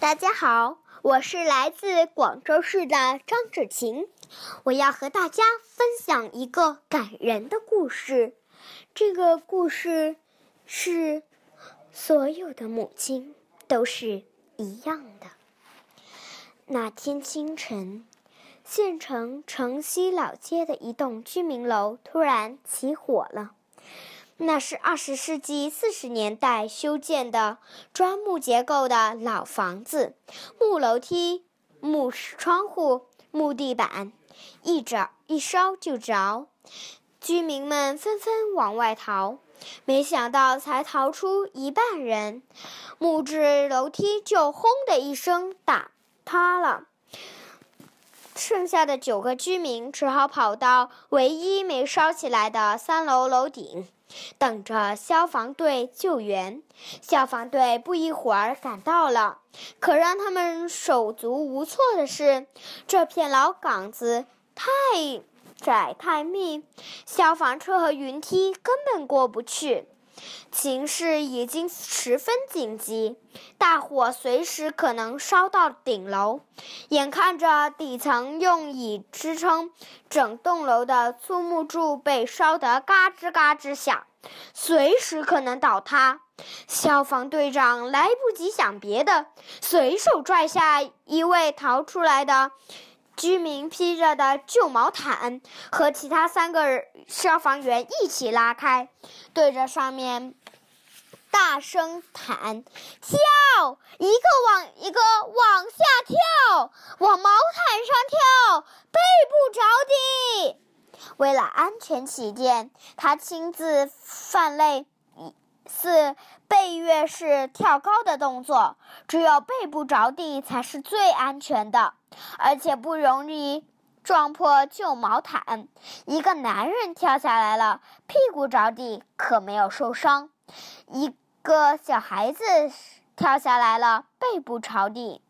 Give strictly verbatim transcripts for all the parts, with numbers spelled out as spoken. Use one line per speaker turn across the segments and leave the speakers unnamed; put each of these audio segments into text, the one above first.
大家好，我是来自广州市的张芷晴，我要和大家分享一个感人的故事。这个故事是所有的母亲都是一样的。那天清晨，县城城西老街的一栋居民楼突然起火了。那是二十世纪四十年代修建的砖木结构的老房子，木楼梯、木窗户、木地板，一着一烧就着，居民们纷纷往外逃，没想到才逃出一半人，木质楼梯就轰的一声打塌了。剩下的九个居民只好跑到唯一没烧起来的三楼楼顶，等着消防队救援。消防队不一会儿赶到了，可让他们手足无措的是，这片老岗子太窄太密，消防车和云梯根本过不去。情势已经十分紧急，大火随时可能烧到顶楼，眼看着底层用以支撑整栋楼的粗木柱被烧得嘎吱嘎吱响，随时可能倒塌。消防队长来不及想别的，随手拽下一位逃出来的居民披着的旧毛毯，和其他三个消防员一起拉开，对着上面大声喊：跳！一个往一个往下跳，往毛毯上跳，背不着地。为了安全起见，他亲自犯类似背跃式跳高的动作，只有背不着地才是最安全的，而且不容易撞破旧毛毯。一个男人跳下来了，屁股着地，可没有受伤；一个小孩子跳下来了，背部着地。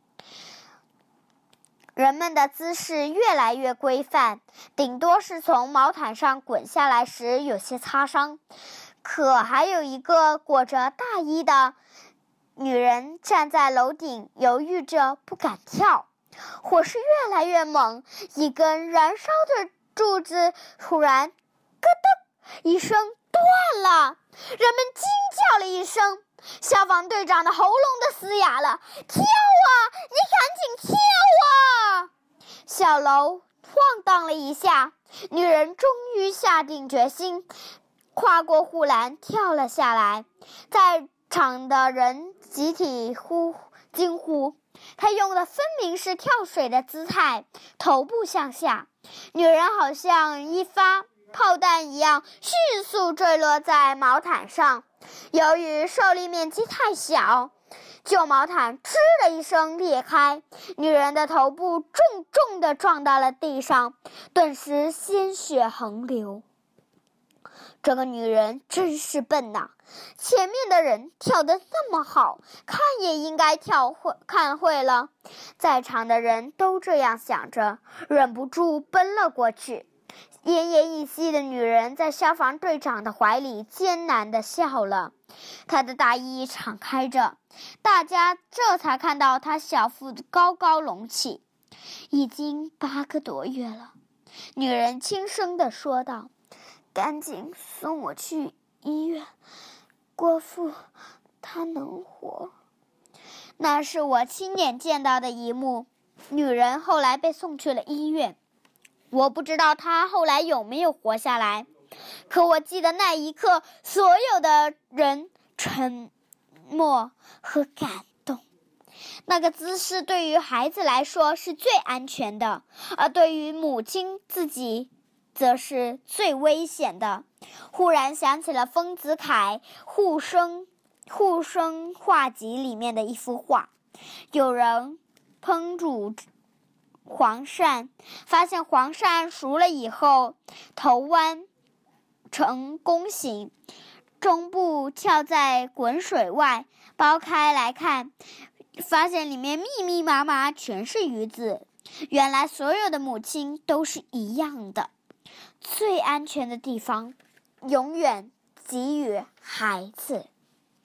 人们的姿势越来越规范，顶多是从毛毯上滚下来时有些擦伤。可还有一个裹着大衣的女人站在楼顶，犹豫着不敢跳。火势越来越猛，一根燃烧的柱子突然咯噔一声断了，人们惊叫了一声，消防队长的喉咙都嘶哑了：跳啊，你赶紧跳啊！小楼晃荡了一下，女人终于下定决心，跨过护栏跳了下来。在场的人集体呼惊呼，她用的分明是跳水的姿态，头部向下，女人好像一发炮弹一样迅速坠落在毛毯上。由于受力面积太小，旧毛毯嗤的一声裂开，女人的头部重重地撞到了地上，顿时鲜血横流。这个女人真是笨呐！前面的人跳得那么好，看也应该跳会看会了。在场的人都这样想着，忍不住奔了过去。奄奄一息的女人在消防队长的怀里艰难地笑了，她的大衣敞开着，大家这才看到她小腹高高隆起。已经八个多月了，女人轻声地说道，赶紧送我去医院，国父他能活。那是我亲眼见到的一幕，女人后来被送去了医院，我不知道她后来有没有活下来，可我记得那一刻所有的人沉默和感动。那个姿势对于孩子来说是最安全的，而对于母亲自己则是最危险的。忽然想起了丰子恺护生护生画集里面的一幅画，有人烹煮黄鳝，发现黄鳝熟了以后头弯成弓形，中部翘在滚水外，剥开来看，发现里面密密麻麻全是鱼子。原来所有的母亲都是一样的，最安全的地方永远给予孩子。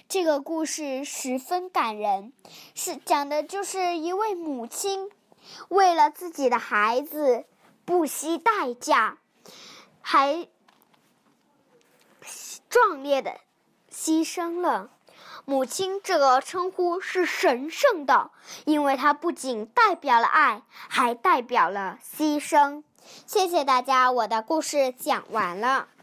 这个故事十分感人，是讲的就是一位母亲为了自己的孩子不惜代价，还壮烈的牺牲了。母亲这个称呼是神圣的，因为它不仅代表了爱，还代表了牺牲。谢谢大家，我的故事讲完了。